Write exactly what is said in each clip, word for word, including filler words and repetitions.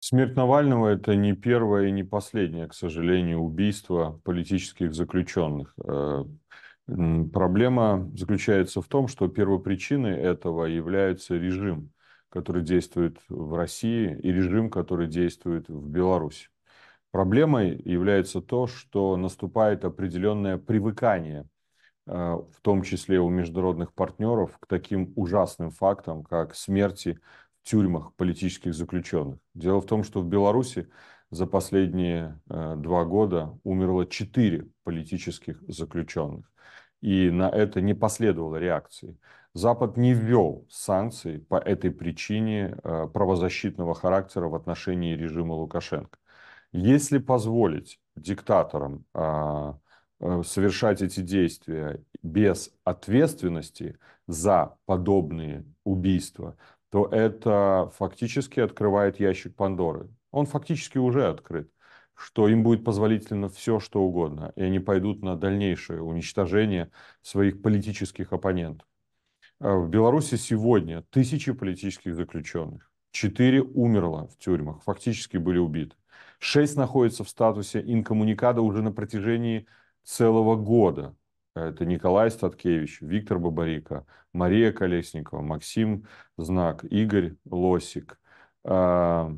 Смерть Навального – это не первое и не последнее, к сожалению, убийство политических заключенных. Э, м, Проблема заключается в том, что первопричиной этого является режим, который действует в России, и режим, который действует в Беларуси. Проблемой является то, что наступает определенное привыкание, э, в том числе у международных партнеров, к таким ужасным фактам, как смерти в тюрьмах политических заключенных. Дело в том, что в Беларуси за последние э, два года умерло четыре политических заключенных. И на это не последовало реакции. Запад не ввел санкций по этой причине э, правозащитного характера в отношении режима Лукашенко. Если позволить диктаторам а, э, совершать эти действия без ответственности за подобные убийства, то это фактически открывает ящик Пандоры. Он фактически уже открыт, что им будет позволительно все, что угодно, и они пойдут на дальнейшее уничтожение своих политических оппонентов. А В Беларуси сегодня тысячи политических заключенных. Четыре умерло в тюрьмах, фактически были убиты. Шесть находятся в статусе инкоммуникада уже на протяжении целого года. Это Николай Статкевич, Виктор Бабарико, Мария Колесникова, Максим Знак, Игорь Лосик. А,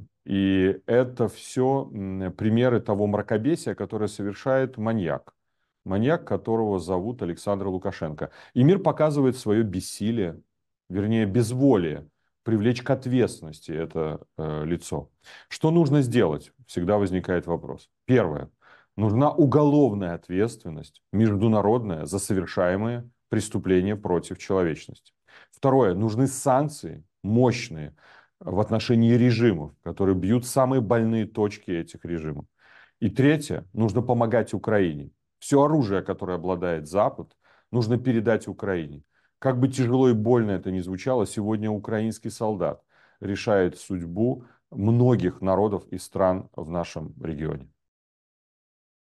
И это все примеры того мракобесия, которое совершает маньяк. Маньяк, которого зовут Александр Лукашенко. И мир показывает свое бессилие, вернее, безволие, привлечь к ответственности это э, лицо. Что нужно сделать? Всегда возникает вопрос. Первое. Нужна уголовная ответственность, международная, за совершаемые преступления против человечности. Второе. Нужны санкции мощные в отношении режимов, которые бьют самые больные точки этих режимов. И третье. Нужно помогать Украине. Все оружие, которое обладает Запад, нужно передать Украине. Как бы тяжело и больно это ни звучало, сегодня украинский солдат решает судьбу многих народов и стран в нашем регионе.